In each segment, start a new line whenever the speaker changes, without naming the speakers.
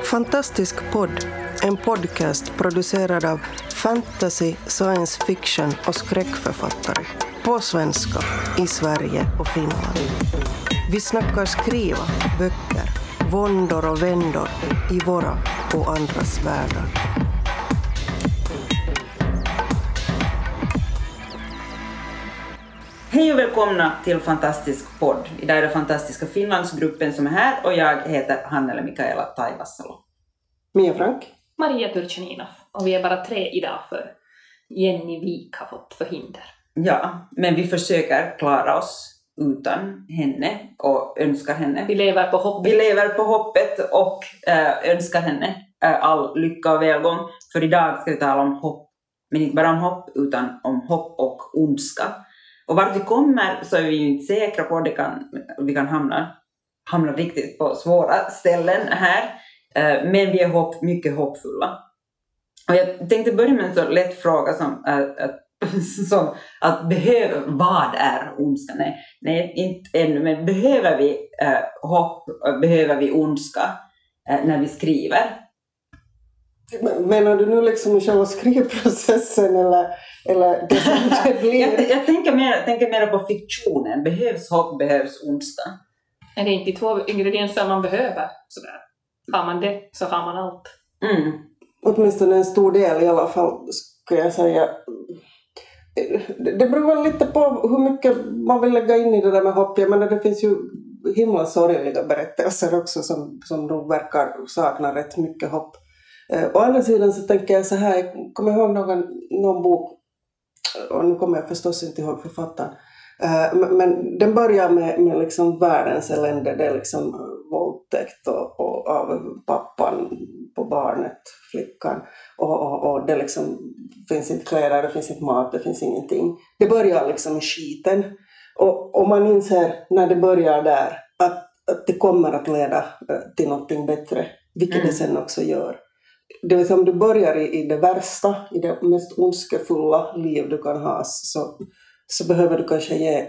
Fantastisk podd, en podcast producerad av fantasy, science fiction och skräckförfattare. På svenska, i Sverige och Finland. Vi snackar skriva, böcker, våndor och vändor i våra och andras världar.
Hej och välkomna till Fantastisk podd. Idag är det Fantastiska Finlandsgruppen som är här och jag heter Hannele Mikaela Taivassalo.
Mia Frank.
Maria Turchaninov. Och vi är bara 3 idag för Jenny Wik har fått förhinder.
Ja, men vi försöker klara oss utan henne och önskar henne.
Vi lever på hoppet.
Vi lever på hoppet och önskar henne all lycka och välgång. För idag ska vi tala om hopp. Men inte bara om hopp utan om hopp och ondska. Och vart vi kommer så är vi ju inte säkra på det vi kan hamna riktigt på svåra ställen här. Men vi är mycket hoppfulla. Och jag tänkte börja med en så lätt fråga som att vad är ondska? Nej, inte ännu, men behöver vi hopp, behöver vi ondska när vi skriver?
Menar du nu liksom själva skrivprocessen eller det som det blir?
Jag tänker mer på fiktionen. Behövs hopp, behövs ondska?
Är det inte 2 ingredienser man behöver? Sådär. Har man det så har man allt.
Mm.
Åtminstone en stor del i alla fall, skulle jag säga. Det beror väl lite på hur mycket man vill lägga in i det där med hopp. Jag menar, det finns ju himla sorgliga berättelser också som då verkar sakna rätt mycket hopp. Å andra sidan så tänker jag så här, jag kommer ihåg någon bok, och nu kommer jag förstås inte ihåg författaren, men den börjar med liksom världens elände, det är liksom våldtäkt och av pappan på barnet, flickan, och det liksom finns inte kläder, det finns inte mat, det finns ingenting. Det börjar liksom i skiten, och man inser när det börjar där att det kommer att leda till någonting bättre, vilket det sen också gör. Det vill säga, om du börjar i det värsta, i det mest ondskefulla liv du kan ha, så behöver du kanske ge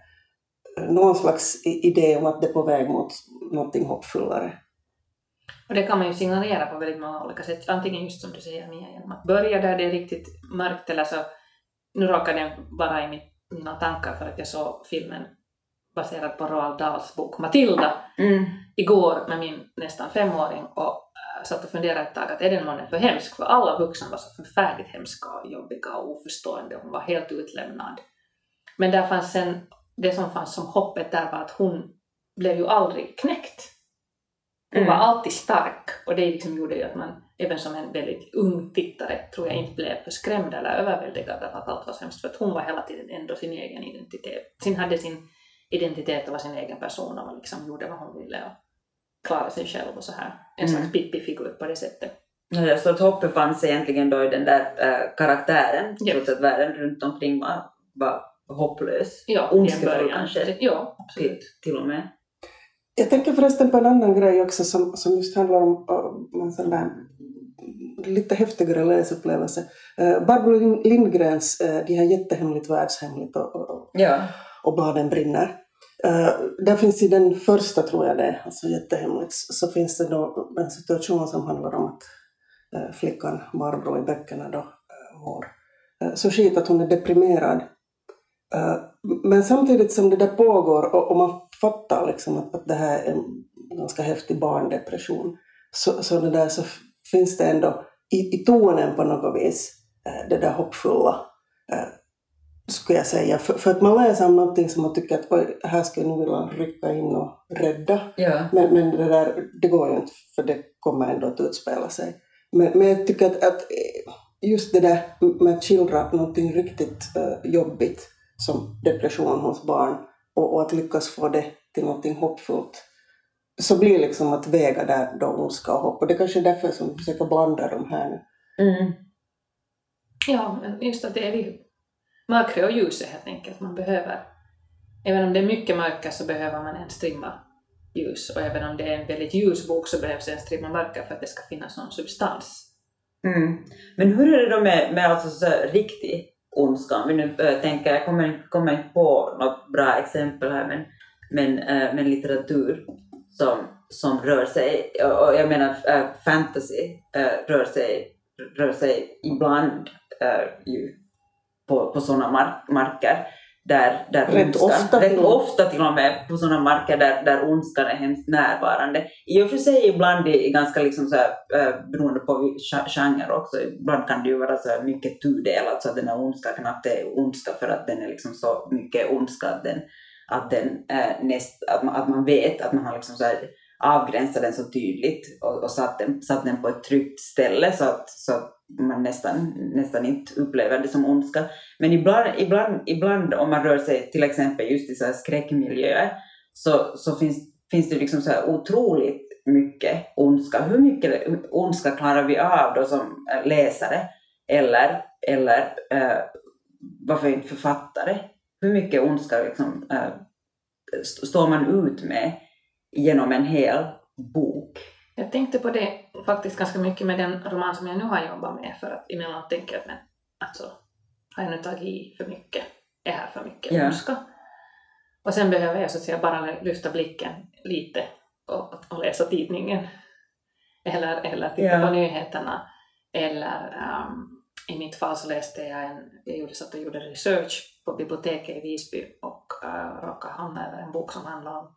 någon slags idé om att det är på väg mot någonting hoppfullare.
Och det kan man ju signalera på väldigt många olika sätt. Antingen just som du säger, Mia, genom att börja där det är riktigt mörkt, eller så, nu råkar det vara i mina tankar för att jag såg filmen baserad på Roald Dahls bok Matilda igår med min nästan 5-åring, och satt och funderade ett tag att är den mannen för hemsk, för alla vuxna var så förfärligt hemska och jobbiga och oförstående, hon var helt utlämnad. Men där fanns sen, det som fanns som hoppet där var att hon blev ju aldrig knäckt. Hon var alltid stark, och det liksom gjorde ju att man även som en väldigt ung tittare tror jag inte blev förskrämd eller överväldigad av att allt var hemskt, för att hon var hela tiden ändå sin egen identitet. Sin hade sin identitet och var sin egen person och liksom gjorde vad hon ville och klara sig själv och så här. En slags Pippi-figur på det sättet.
Ja, så att hoppet fanns egentligen då i den där karaktären. Trots att världen runt omkring var hopplös.
Ja,
ondskefull kanske.
Ja, absolut.
Till och med.
Jag tänker förresten på en annan grej också som just handlar om en sån där lite häftigare läsupplevelse. Barbro Lindgrens De här jättehemligt världshemligt och bladen brinner. Där finns i den första, tror jag det, alltså jättehemligt, så finns det då en situation som handlar om att flickan Barbro i böckerna då mår så skit att hon är deprimerad. Men samtidigt som det där pågår och man fattar liksom att det här är en ganska häftig barndepression, så det där, så finns det ändå i tonen på något vis det där hoppfulla, skulle jag säga. För att man läser om någonting som man tycker att oj, här ska jag nu vilja rycka in och rädda.
Ja.
Men det går ju inte, för det kommer ändå att utspela sig. Men jag tycker att just det där med att skildra någonting riktigt jobbigt som depression hos barn och att lyckas få det till någonting hoppfullt, så blir liksom att väga där då ondska och hopp. Och det kanske är därför som vi försöker blanda de här nu.
Ja, just att det är mörkret och ljuset helt enkelt. Man behöver, även om det är mycket mörker så behöver man en strimma ljus. Och även om det är en väldigt ljus bok så behövs en strimma mörker för att det ska finnas någon substans.
Men hur är det då med alltså så riktig ondska? Om vi nu tänker, jag kommer inte på något bra exempel här, men litteratur som rör sig, och jag menar fantasy rör sig ibland ju på sådana marker där
rätt
ofta till och med på sådana marker där ondskan är hemskt närvarande. I och för sig ibland är ganska liksom så här, beroende på genre också, ibland kan det ju vara så här mycket tudelat, så att den här ondska knappt är ondska för att den är liksom så mycket ondska att man vet att man har liksom så här avgränsat den så tydligt och satt den på ett tryggt ställe så att man nästan inte upplever det som ondska. Men ibland om man rör sig till exempel just i så här skräckmiljöer så finns det liksom så här otroligt mycket ondska. Hur mycket ondska klarar vi av då som läsare eller varför inte författare? Hur mycket ondska liksom, står man ut med genom en hel bok?
Jag tänkte på det faktiskt ganska mycket med den roman som jag nu har jobbat med, för att emellan tänker jag att alltså, har jag nu tagit i för mycket? Är här för mycket ondska? Och sen behöver jag så att säga bara lyfta blicken lite och läsa tidningen. Eller titta på nyheterna. Eller i mitt fall så läste jag gjorde research på biblioteket i Visby och råkade hamna över en bok som handlar om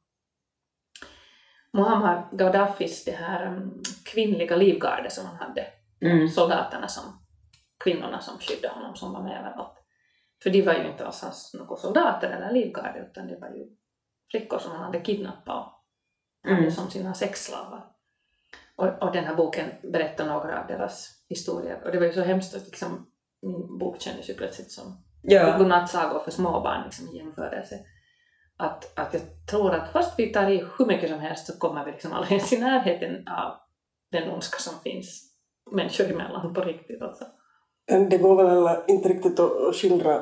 Muammar Gaddafis det här kvinnliga livgardet som han hade. Soldaterna kvinnorna som skyddade honom som var med överallt. För de var ju inte alls några soldater eller livgarde, utan det var ju flickor som han hade kidnappat och hade som sina sexslavar. Och den här boken berättar några av deras historier. Och det var ju så hemskt att liksom, min bok kändes ju plötsligt som godnattsagor för småbarn liksom, i jämförelse. Att jag tror att fast vi tar i hur mycket som helst så kommer vi liksom aldrig ens i närheten av den ondska som finns människor emellan på riktigt. Alltså.
Det går väl inte riktigt att skildra.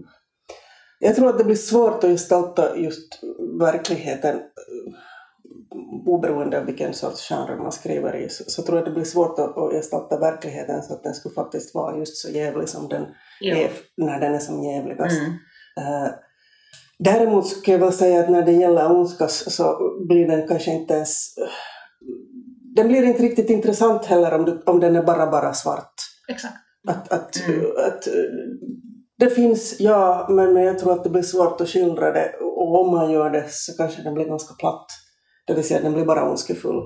Jag tror att det blir svårt att gestalta just verkligheten oberoende av vilken sorts genre man skriver i. Så tror jag det blir svårt att gestalta verkligheten så att den skulle faktiskt vara just så jävlig som den är när den är som jävligast. Däremot ska jag väl säga att när det gäller ondska så blir den kanske inte ens... Den blir inte riktigt intressant heller om den är bara svart.
Exakt.
Att det finns, men jag tror att det blir svårt att skildra det. Och om man gör det så kanske den blir ganska platt. Det vill säga den blir bara ondskefull.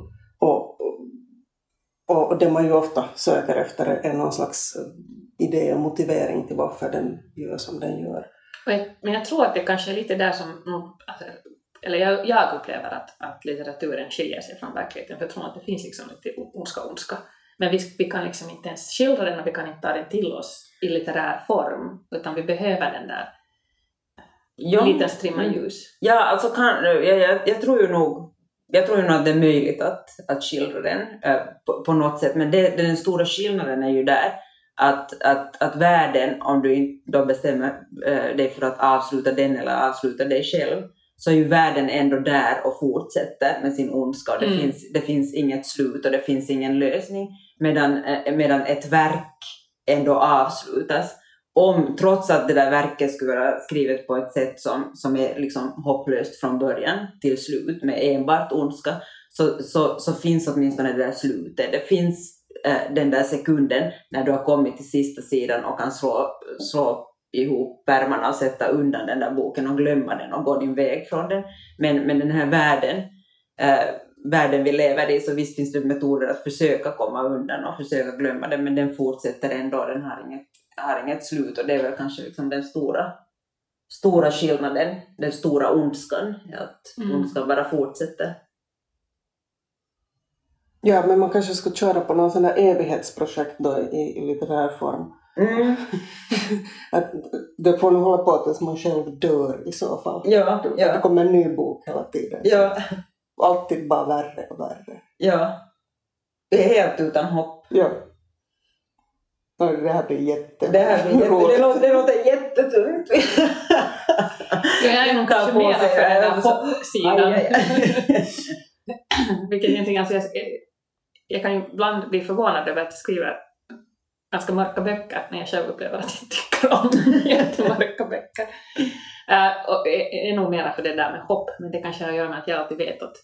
Och det man ju ofta söker efter är någon slags idé och motivering till varför den gör som den gör.
Men jag tror att det kanske är lite där som, eller jag upplever att litteraturen skiljer sig från verkligheten. För jag tror att det finns liksom lite ondska. Men vi kan liksom inte ens skildra den och vi kan inte ta den till oss i litterär form. Utan vi behöver den där liten strimma ljus.
Ja, alltså jag tror ju nog att det är möjligt att skildra den på något sätt. Men den stora skillnaden är ju där. Att världen, om du inte då bestämmer dig för att avsluta den eller avsluta dig själv, så är ju världen ändå där och fortsätter med sin ondska. Det finns inget slut och det finns ingen lösning. Medan ett verk ändå avslutas. Trots att det där verket skulle vara skrivet på ett sätt som är liksom hopplöst från början till slut med enbart ondska, så finns åtminstone det där slutet. Det finns den där sekunden när du har kommit till sista sidan och kan slå ihop pärmarna och sätta undan den där boken och glömma den och gå din väg från den. Men den här världen vi lever i, så visst finns det metoder att försöka komma undan och försöka glömma den, men den fortsätter ändå, den har inget slut, och det är väl kanske liksom den stora skillnaden, den stora ondskan, att ondskan bara fortsätter. Ja,
men man kanske ska köra på någon sån där evighetsprojekt då i litterär form. Att det får nog hålla på tills man själv dör i så fall.
Ja.
Det kommer en ny bok hela tiden.
Ja.
Alltid bara värre och värre.
Ja. Det är helt utan hopp.
Ja. Det här blir
det låter jättetungt.
Jag är nog kanske mer för den här hoppsidan. Vilket egentligen, alltså jag kan ju ibland bli förvånad över att jag skriver ganska mörka böcker när jag själv upplever att jag tycker om jättemörka böcker. Och är nog mera för det där med hopp, men det kanske har att göra med att jag alltid vet att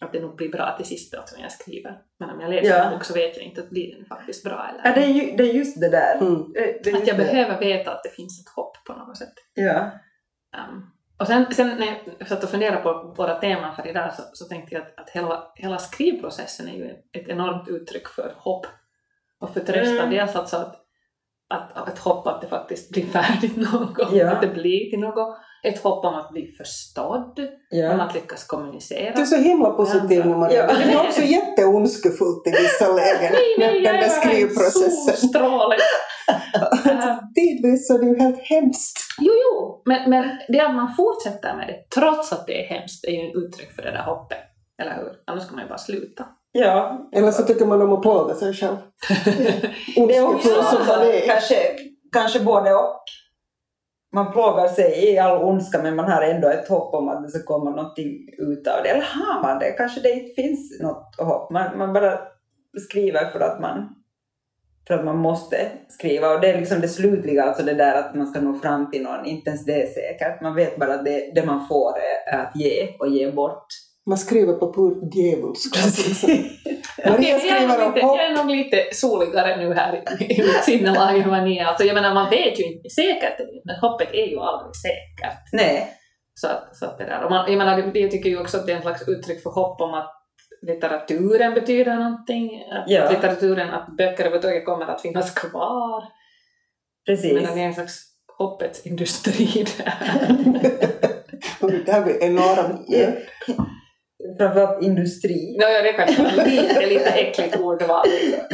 att det nog blir bra till sist då, som jag skriver. Men om jag läser en bok så vet jag inte att blir den faktiskt bra eller.
Ja, det är just det där.
Att jag behöver veta att det finns ett hopp på något sätt.
Ja.
Och sen när jag satt och funderade på våra teman för idag så tänkte jag att hela skrivprocessen är ju ett enormt uttryck för hopp och förtröstan. Dels alltså att hopp att det faktiskt blir färdigt någon gång, att det blir till något. Ett hopp om att bli förstådd, om att lyckas kommunicera.
Du är så himla positiv när man det är också jätteondskefullt i vissa lägen.
Nej,
den där skrivprocessen.
Solstråle.
Tidvis är det ju helt hemskt.
Jo, men det att man fortsätter med det trots att det är hemskt är ju en uttryck för det där hoppet. Eller hur? Annars ska man ju bara sluta.
Ja.
Eller så tycker man om att plåga sig själv.
Det är också kanske både och. Man plågar sig i all ondska, men man har ändå ett hopp om att det ska komma någonting ut av det. Eller har man det? Kanske det inte finns något hopp. Man bara skriver för att man måste skriva. Och det är liksom det slutliga, alltså det där att man ska nå fram till någon. Inte ens det är säkert. Man vet bara att det man får är att ge och ge bort.
Man skriver på pur djävulska.
Jag är nog lite soligare nu här i mitt sinnelag än vad ni är. Alltså, jag menar, man vet ju inte säkert, men hoppet är ju aldrig säkert.
Nej.
Så att det där. Och jag menar, jag tycker ju också att det är en slags uttryck för hopp om att litteraturen betyder någonting. Att litteraturen, att böcker överhuvudtaget kommer att finnas kvar.
Precis.
Men det är en slags hoppets industri där.
Det här blir enormt.
Framförallt industri.
Ja, det är kanske lite äckligt ordval.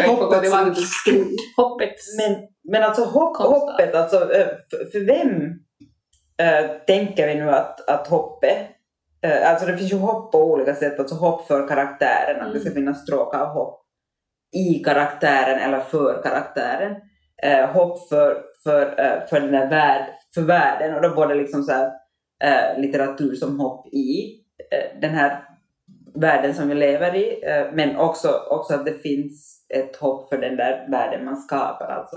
Hoppets.
Men alltså hoppet, alltså, för vem tänker vi nu att hoppet, alltså det finns ju hopp på olika sätt, alltså hopp för karaktären, att det ska finnas stråk av hopp i karaktären eller för karaktären, hopp för den där för världen, och då både liksom så här, litteratur som hopp i den här världen som vi lever i, men också att det finns ett hopp för den där världen man skapar, alltså,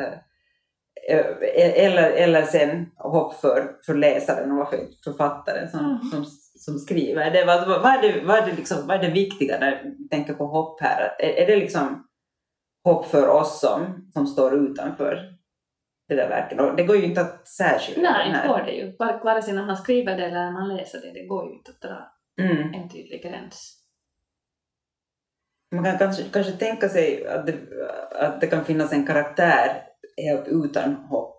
eller sen hopp för läsaren och för författaren som skriver. Vad är det viktiga när du tänker på hopp här? Är det liksom hopp för oss som står utanför det där verket? Och det går ju inte att särskilja.
Nej, det går det ju. Vare sig när man skriver det eller när man läser det, det går ju inte att dra en tydlig gräns.
Man kan kanske tänka sig att det kan finnas en karaktär helt utan hopp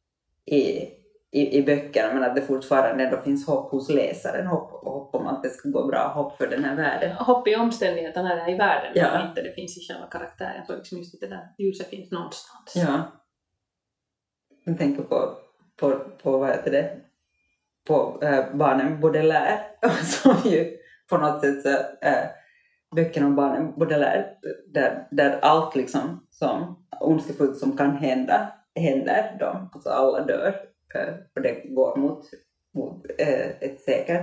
i böckerna, men att det fortfarande ändå finns hopp hos läsaren, hopp om att det ska gå bra, hopp för den här världen.
Hopp i omständigheterna där i världen, men inte det finns i själva karaktären, så liksom just det där ljuset finns någonstans.
Ja. Jag tänker på vad heter det? På barnen Baudelaire, som ju på något sätt så, böckerna om barnen Baudelaire, där allt liksom som ondskefullt som kan hända händer dem. Alltså alla dör, och det går mot ett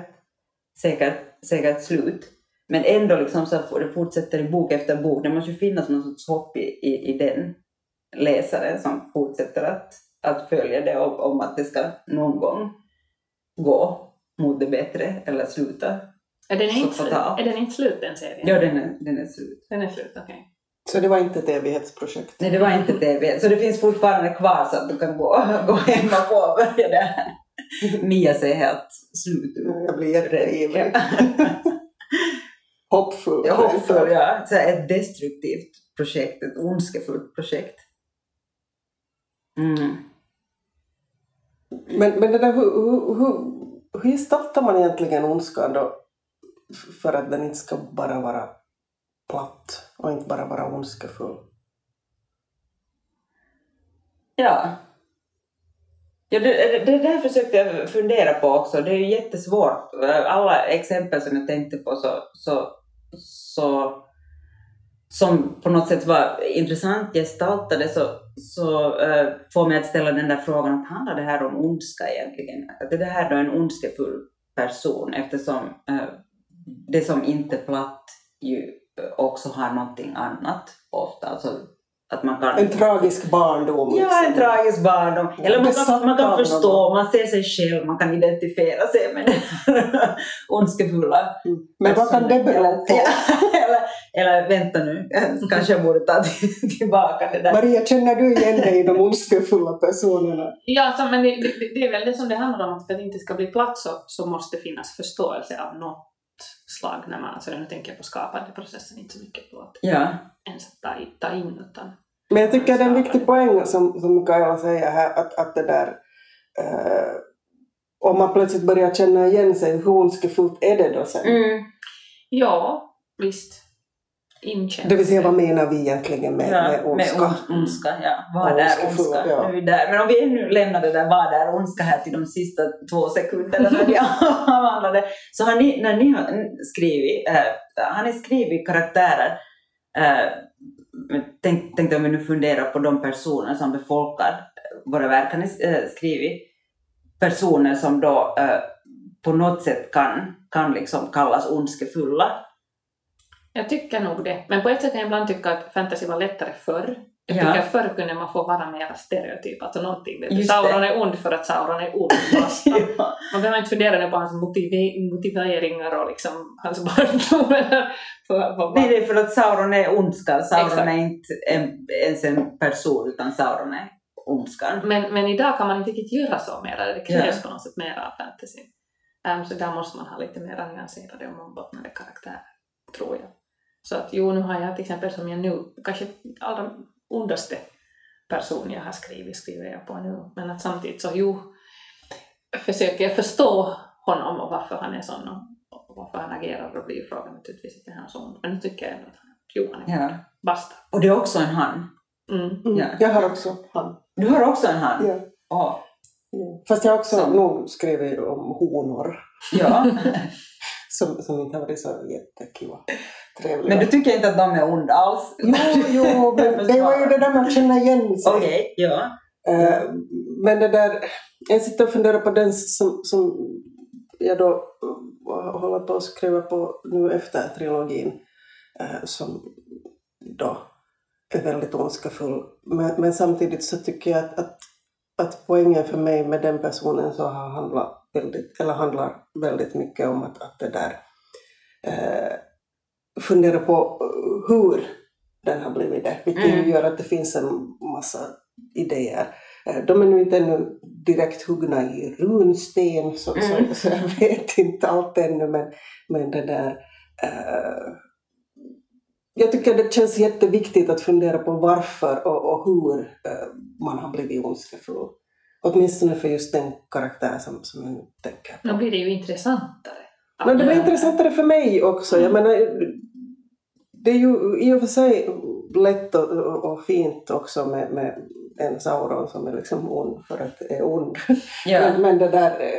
säkert slut. Men ändå liksom så det fortsätter i bok efter bok. Det måste ju finnas någon sorts hopp i den läsaren som fortsätter att följa det om att det ska någon gång gå mot det bättre eller sluta.
Är den inte slut, den serien?
Ja, den är slut.
Den är slut, okej. Okay.
Så det var inte ett evighetsprojekt?
Nej, det var inte ett evighet. Så det finns fortfarande kvar så att du kan gå hemma på och börja där. Mia ser helt slut ut.
Jag blir jätteivrig. Hoppfull.
Ja. Så ett destruktivt projekt, ett ondskefullt projekt.
Men det där, hur gestaltar man egentligen ondskan då, för att den inte ska bara vara platt och inte bara vara ondskefull?
Ja, det där försökte jag fundera på också. Det är ju jättesvårt. Alla exempel som jag tänkte på så som på något sätt var intressant gestaltade, så får mig att ställa den där frågan, att handlar det här om ondska egentligen? Att det här då är en ondskefull person, eftersom det som inte är platt ju också har någonting annat ofta. Alltså att man kan...
En tragisk barndom.
Ja, en tragisk barndom. Eller man kan förstå, man ser sig själv, man kan identifiera sig med den ondskefulla.
Men vad kan det bero på?
Eller vänta nu, kanske jag borde ta tillbaka det där.
Maria, känner du igen dig i de ondskefulla personerna?
Ja, alltså, men det är väl det som det handlar om, att för att det inte ska bli plats så måste det finnas förståelse av något slag när man, alltså nu tänker jag på skapande processen, inte så mycket på att ens ta in utan...
Men jag tycker det är en viktig poäng som Mikaela säger här, att det där om man plötsligt börjar känna igen sig, hur ondskefullt är det då sen?
Ja, visst. Inkännelse.
Det vill säga, vad menar vi egentligen med ondska?
Med ondska, ja. Vad är ondska? Ja. Nu är där. Men om vi nu lämnar det där vad är ondska här till de sista 2 sekunderna när vi avhandlade, så när ni har ni skrivit karaktärer, tänkte om vi nu funderar på de personer som befolkar våra verk, har ni skrivit personer som då på något sätt kan liksom kallas ondskefulla?
Jag tycker nog det. Men på ett sätt kan jag ibland tycka att fantasy var lättare förr. Jag tycker att förr kunde man få vara mer stereotyp. Alltså någonting. Sauron är ond för att Sauron är ond. Man behöver inte fundera på hans motiveringar och liksom hans barndom.
Nej, det är för att Sauron är ondskan. Sauron är inte ens en person, utan Sauron är ondskan.
Men idag kan man inte riktigt göra så mer. Det krävs på något sätt mer av fantasy. Så där måste man ha lite mer nyanserade och mångbottnade karaktärer, tror jag. Så att nu har jag till exempel, som jag nu, kanske allra ondaste person jag har skriver jag på nu. Men att samtidigt så försöker jag förstå honom och varför han är sån och varför han agerar, och blir frågan naturligtvis inte han så ond. Men nu tycker jag ändå att han är basta.
Och det är också en han.
Ja. Jag har också han.
Du har också en han?
Ja.
Ja.
Fast jag har också nog skrivit om honor.
Ja.
som inte har varit så jättekiva. Trevliga.
Men du tycker inte att de är onda alls?
Jo, men det var ju det där med att känna igen sig.
Okej, ja.
Men det där, jag sitter och funderar på den som jag då håller på att skriva på nu efter trilogin, som då är väldigt ondskefull. Men samtidigt så tycker jag att poängen för mig med den personen så handlar väldigt mycket om att det där fundera på hur den har blivit det. Vilket gör att det finns en massa idéer. De är nu inte ännu direkt huggna i runsten, så jag vet inte allt ännu, men det där... jag tycker det känns jätteviktigt att fundera på varför och hur man har blivit ondskefull. Åtminstone för just den karaktär som jag nu tänker på.
Då blir det ju intressantare.
Men det blir intressantare för mig också. Jag menar, det är ju i och för sig lätt och fint också med en Sauron som är liksom ond för att det är ond. Ja. Men det där...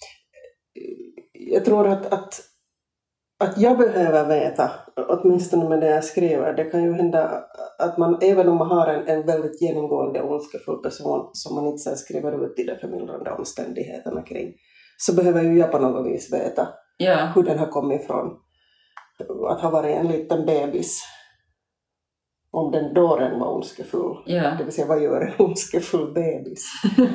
Jag tror att jag behöver veta, åtminstone med det jag skriver, det kan ju hända att man, även om man har en väldigt genomgående ondskefull person som man inte sen skriver ut i de förmildrande omständigheterna kring, så behöver ju jag på något vis veta hur den har kommit ifrån. Att ha varit en liten bebis, om den dåren var ondskefull. Det vill säga, vad gör en ondskefull bebis?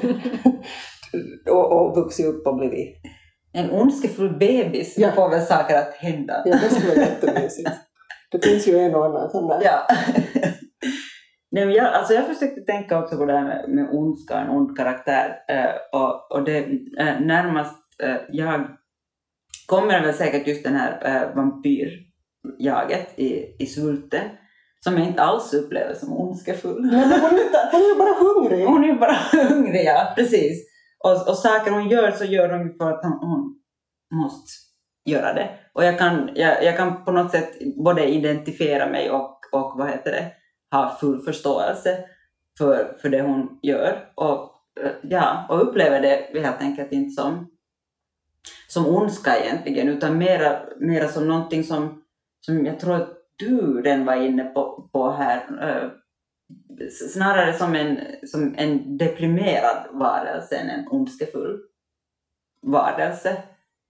och vuxit upp och blivit
en ondskefull bebis, får väl saker att hända.
Ja, det skulle vara jättemysigt. Det finns ju en och annan sån där.
Ja. Nej, men jag försökte tänka också på det här med ondska, en ond karaktär. Och det närmast, jag kommer väl säkert just den här vampyrjaget i Svulten, som jag inte alls upplever som ondskefull.
Men hon är ju bara hungrig.
Hon är ju bara hungrig, ja, precis. Och saker hon gör, så gör hon för att hon måste göra det. Och jag kan på något sätt både identifiera mig och ha full förståelse för det hon gör. Och upplever det helt enkelt inte som ondska egentligen, utan mera som någonting som jag tror att du den var inne på här. Snarare som en deprimerad varelse än en ondskefull varelse.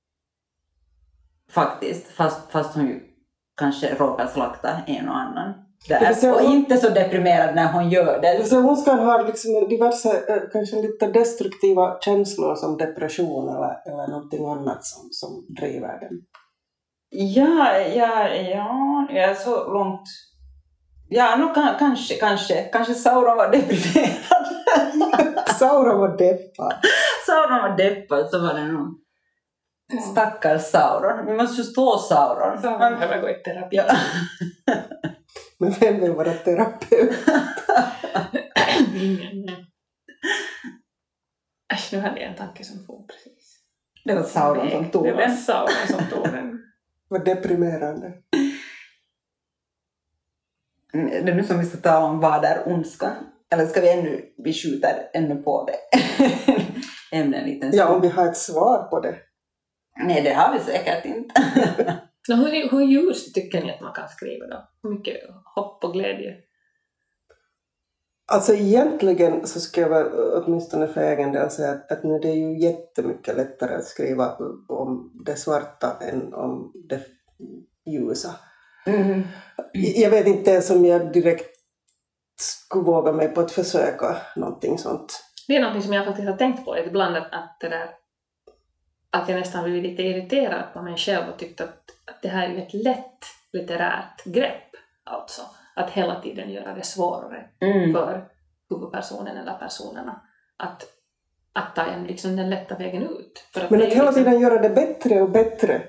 Faktiskt. Fast hon ju kanske råkar slakta en och annan där. Och inte så deprimerad när hon gör det.
Så hon ska ha liksom diverse, kanske lite destruktiva känslor som depression eller någonting annat som driver den.
Ja, så långt. Ja, kanske Sauron var deprimerad.
Sauron var deppad.
Sauron var deppad, så var det nog. Stackars Sauron. Vi måste förstå Sauron.
Man behöver gå i terapi.
Ja.
Men vem vill vara terapeut?
Ingen. Äsch, nu hade jag en tanke som får precis.
Det var Sauron som tog den.
Det var Sauron som tog den.
Vad deprimerande.
Det är nu som vi ska tala om vad är ondska. Eller ska vi skjuter ännu på det? Ämnen liten stund.
Ja, om vi har ett svar på det.
Nej, det har vi säkert inte.
Hur just tycker ni att man kan skriva då? Hur mycket hopp och glädje?
Alltså egentligen så ska jag väl åtminstone för egen del säga att nu det är ju jättemycket lättare att skriva om det svarta än om det ljusa.
Mm.
Jag vet inte ens om jag direkt skulle våga mig på att försöka någonting sånt.
Det är något som jag faktiskt har tänkt på ibland, att jag nästan blev lite irriterad på mig själv och tyckte att det här är ett lätt litterärt grepp, alltså att hela tiden göra det svårare för huvudpersonen eller personerna att ta liksom den lätta vägen ut. För att
men att hela
liksom
tiden göra det bättre och bättre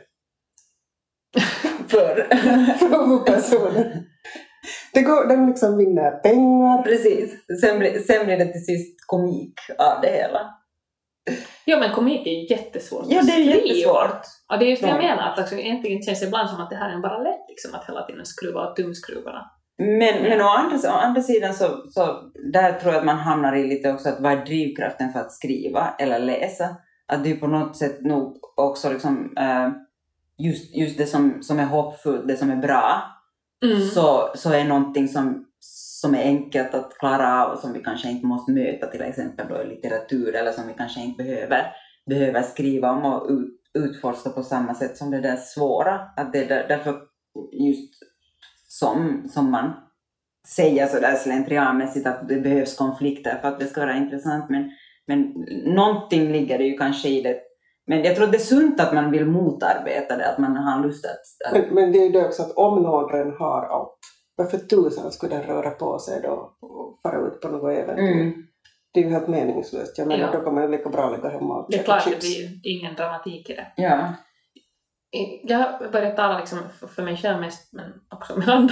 för huvudpersonen. Den liksom vinner pengar.
Precis. Sen blir det till sist komik av det hela.
Ja, men komik är jättesvårt.
Ja, det är jättesvårt.
Ja, det är just det jag menar. Att egentligen känns det ibland som att det här är bara lätt. Liksom, att hela tiden skruva och tumskruvarna.
Men å andra sidan så där tror jag att man hamnar i lite också att vad är drivkraften för att skriva eller läsa. Att det är på något sätt nog också liksom, just det som är hoppfullt, det som är bra. Så är någonting som är enkelt att klara av och som vi kanske inte måste möta till exempel då i litteratur, eller som vi kanske inte behöver skriva om och utforska på samma sätt som det där svåra. Att det är därför just som man säger sådär slentrianmässigt att det behövs konflikter för att det ska vara intressant, men någonting ligger det ju kanske i det. Men jag tror det är sunt att man vill motarbeta det, att man har lust att...
Men det är ju det också att om någon har allt, varför tusan skulle den röra på sig då och fara ut på något äventyr? Det är ju helt meningslöst. Jag menar, då kan man ju lika bra lägga hemma och
det är klart, det blir ingen dramatik i det.
Ja.
Jag börjar tala liksom för mig själv mest, men också med andra.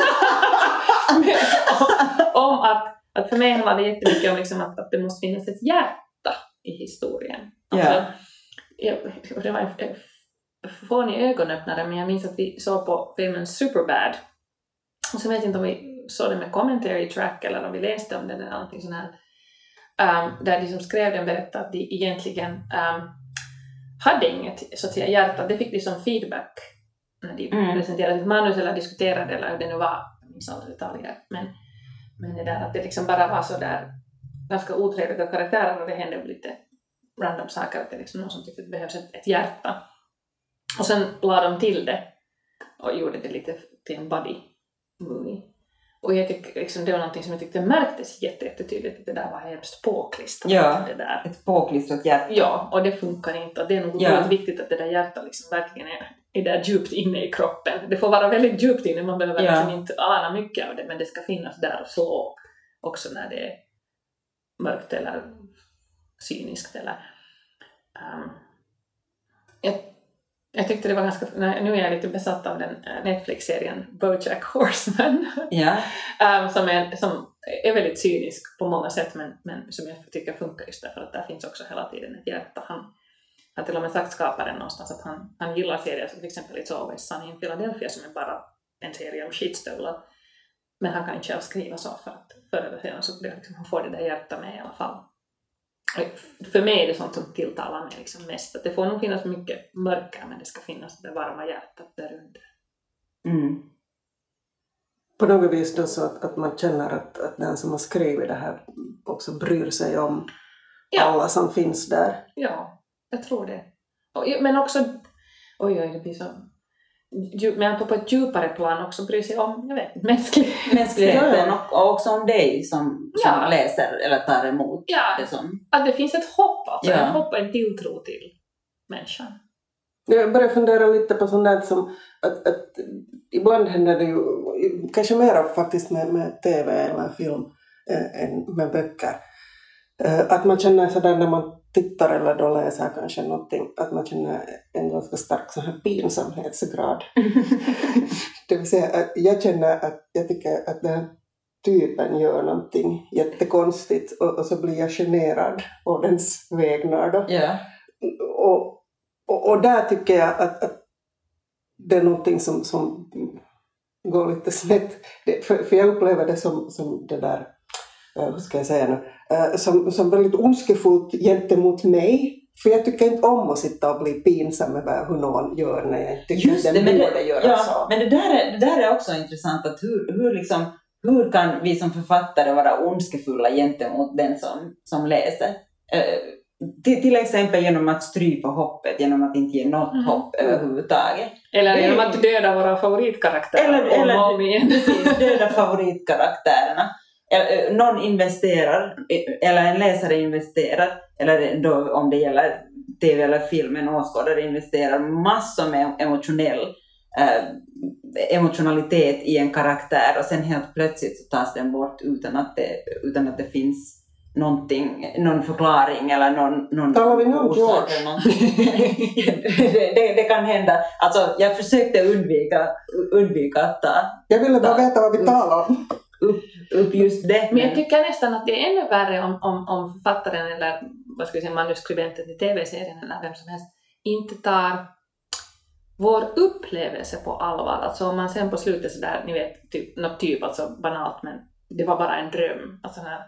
om att för mig handlar det jättemycket om liksom att det måste finnas ett hjärta i historien. Alltså, det var en fånig ögonöppnare, men jag minns att vi såg på filmen Superbad. Och så vet jag inte om vi såg det med commentary track eller om vi läste om det eller någonting sånt här. Där de som skrev den berättade att de egentligen hade inget så att säga hjärta. Det fick de som feedback när de presenterade ett manus eller diskuterade eller hur det nu var. Jag minns alla detaljer. Men det där att det liksom bara var så där ganska otrevliga karaktärer och det hände lite random saker. Att det är liksom någon som tyckte att det behövs ett hjärta. Och sen la de till det och gjorde det lite till en buddy movie. Och jag tycker liksom, det var någonting som jag tyckte märktes jättetydligt att det där var hemskt påklistrat.
Ja,
det där.
Ett påklistrat hjärta.
Ja, och det funkar inte. Och det är nog väldigt viktigt att det där hjärtat liksom verkligen är där djupt inne i kroppen. Det får vara väldigt djupt inne, man behöver liksom inte ana mycket av det, men det ska finnas där och slå också när det är mörkt eller cyniskt. Eller, jag tyckte det var ganska... Nu är jag lite besatt av den Netflix-serien BoJack Horseman. Som är väldigt cynisk på många sätt, men som jag tycker funkar just därför att där finns också hela tiden ett hjärta. Han till och med sagt skaparen någonstans att han gillar serier som till exempel It's Always Sunny in Philadelphia som är bara en serie om skitstövlar. Men han kan inte själv skriva så för att förr eller senare så liksom, han får det där hjärta med i alla fall. För mig är det sånt som tilltalar mig liksom mest. Att det får nog finnas mycket mörker, men det ska finnas det varma hjärtat där under.
På något vis då så att man känner att den som har skrivit det här också bryr sig om alla som finns där.
Ja, jag tror det. Men också, det blir så... men på ett djupare plan också bryr sig om, jag vet,
mänskligheten och också om dig som läser eller tar emot det som.
Att det finns ett hopp, alltså en hopp och en tilltro till människan. Jag
börjar fundera lite på sånt där som att ibland händer det ju kanske mer faktiskt med tv eller film än med böcker. Att man känner sådär när man tittar eller då läser kanske någonting, att man känner en ganska stark så här pinsamhetsgrad. Det vill säga att jag känner att jag tycker att den typen gör någonting jättekonstigt och så blir jag generad på dens vägnar då.
Yeah.
Och där tycker jag att det är någonting som går lite snett. För jag upplever det som det där, hur ska jag säga nu, som väldigt ondskefullt gentemot mig. För jag tycker inte om att sitta och bli pinsam över hur någon gör när jag tycker
just
att den borde göra så.
Men det där är också intressant, att hur kan vi som författare vara ondskefulla gentemot den som läser? Till exempel genom att strypa hoppet, genom att inte ge något hopp överhuvudtaget.
Eller genom att döda våra favoritkaraktärer.
Eller döda favoritkaraktärerna. Någon investerar, eller en läsare investerar, eller då, om det gäller tv eller film, en åskådare investerar massor med emotionalitet i en karaktär, och sen helt plötsligt så tas den bort utan att det finns någon förklaring eller någon
talar vi nog
orsak eller någonting. det kan hända. Alltså jag försökte undvika att ta.
Jag ville bara veta vad vi talar om.
Upp just det.
Men jag tycker nästan att det är ännu värre om författaren eller vad ska jag säga, manuskribenten i tv-serien eller vem som helst inte tar vår upplevelse på allvar. Alltså om man sen på slutet sådär, ni vet, något typ, alltså banalt, men det var bara en dröm. Alltså här.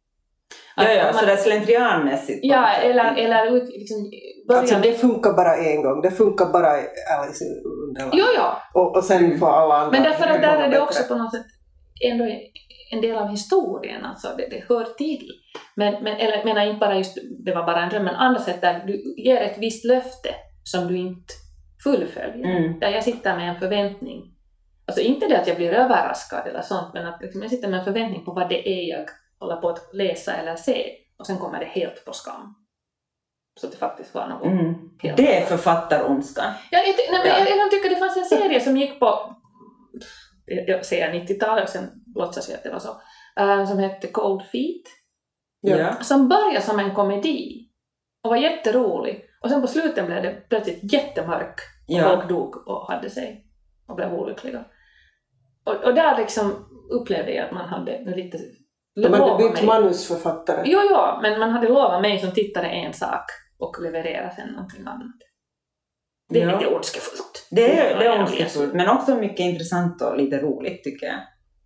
Så det är slentrianmässigt.
Ja, eller liksom
alltså det funkar bara en gång. Det funkar bara Alice i Underlandet.
Jo.
Och sen får alla andra.
Men därför att där är det också på något sätt ändå en del av historien, alltså det hör till. Men eller menar inte bara just det var bara en dröm, men andra sätt där du ger ett visst löfte som du inte fullföljer. Där jag sitter med en förväntning. Alltså inte det att jag blir överraskad eller sånt, men att liksom jag sitter med en förväntning på vad det är jag håller på att läsa eller se, och sen kommer det helt på skam. Så det faktiskt var något helt.
Det är författarondska.
Jag tycker det fanns en serie som gick på, jag säger 90-talet och sen låtsas jag att det var så, som hette Cold Feet.
Ja.
Som började som en komedi och var jätterolig, och sen på slutet blev det plötsligt jättemörk och folk dog och hade sig och blev olyckliga. Och där liksom upplevde jag att man hade lite
hade bytt manusförfattare.
Jo, men man hade lovat mig som tittare en sak och leverera sen någonting annat. Det är lite ondskefullt.
Det är ondskefullt, men också mycket intressant och lite roligt tycker jag.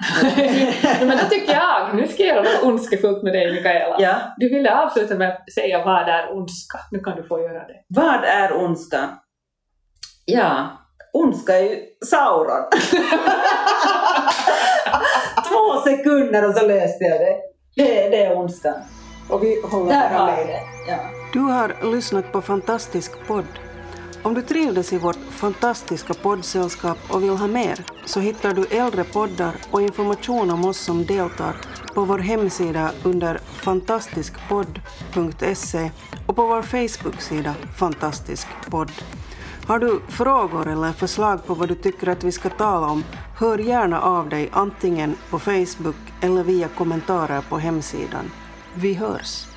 Men då tycker jag, nu ska jag göra något ondskefullt med dig, Mikaela.
Ja.
Du ville avsluta med att säga vad är ondska. Nu kan du få göra det.
Vad är ondska? Ja, ondska är ju Sauron. 2 sekunder och så löste jag det. Det är onsdag.
Och vi håller bara med det.
Ja.
Du har lyssnat på Fantastisk podd. Om du trivdes i vårt fantastiska poddsällskap och vill ha mer, så hittar du äldre poddar och information om oss som deltar på vår hemsida under fantastiskpodd.se och på vår Facebook-sida Fantastisk podd. Har du frågor eller förslag på vad du tycker att vi ska tala om, hör gärna av dig antingen på Facebook eller via kommentarer på hemsidan. Vi hörs!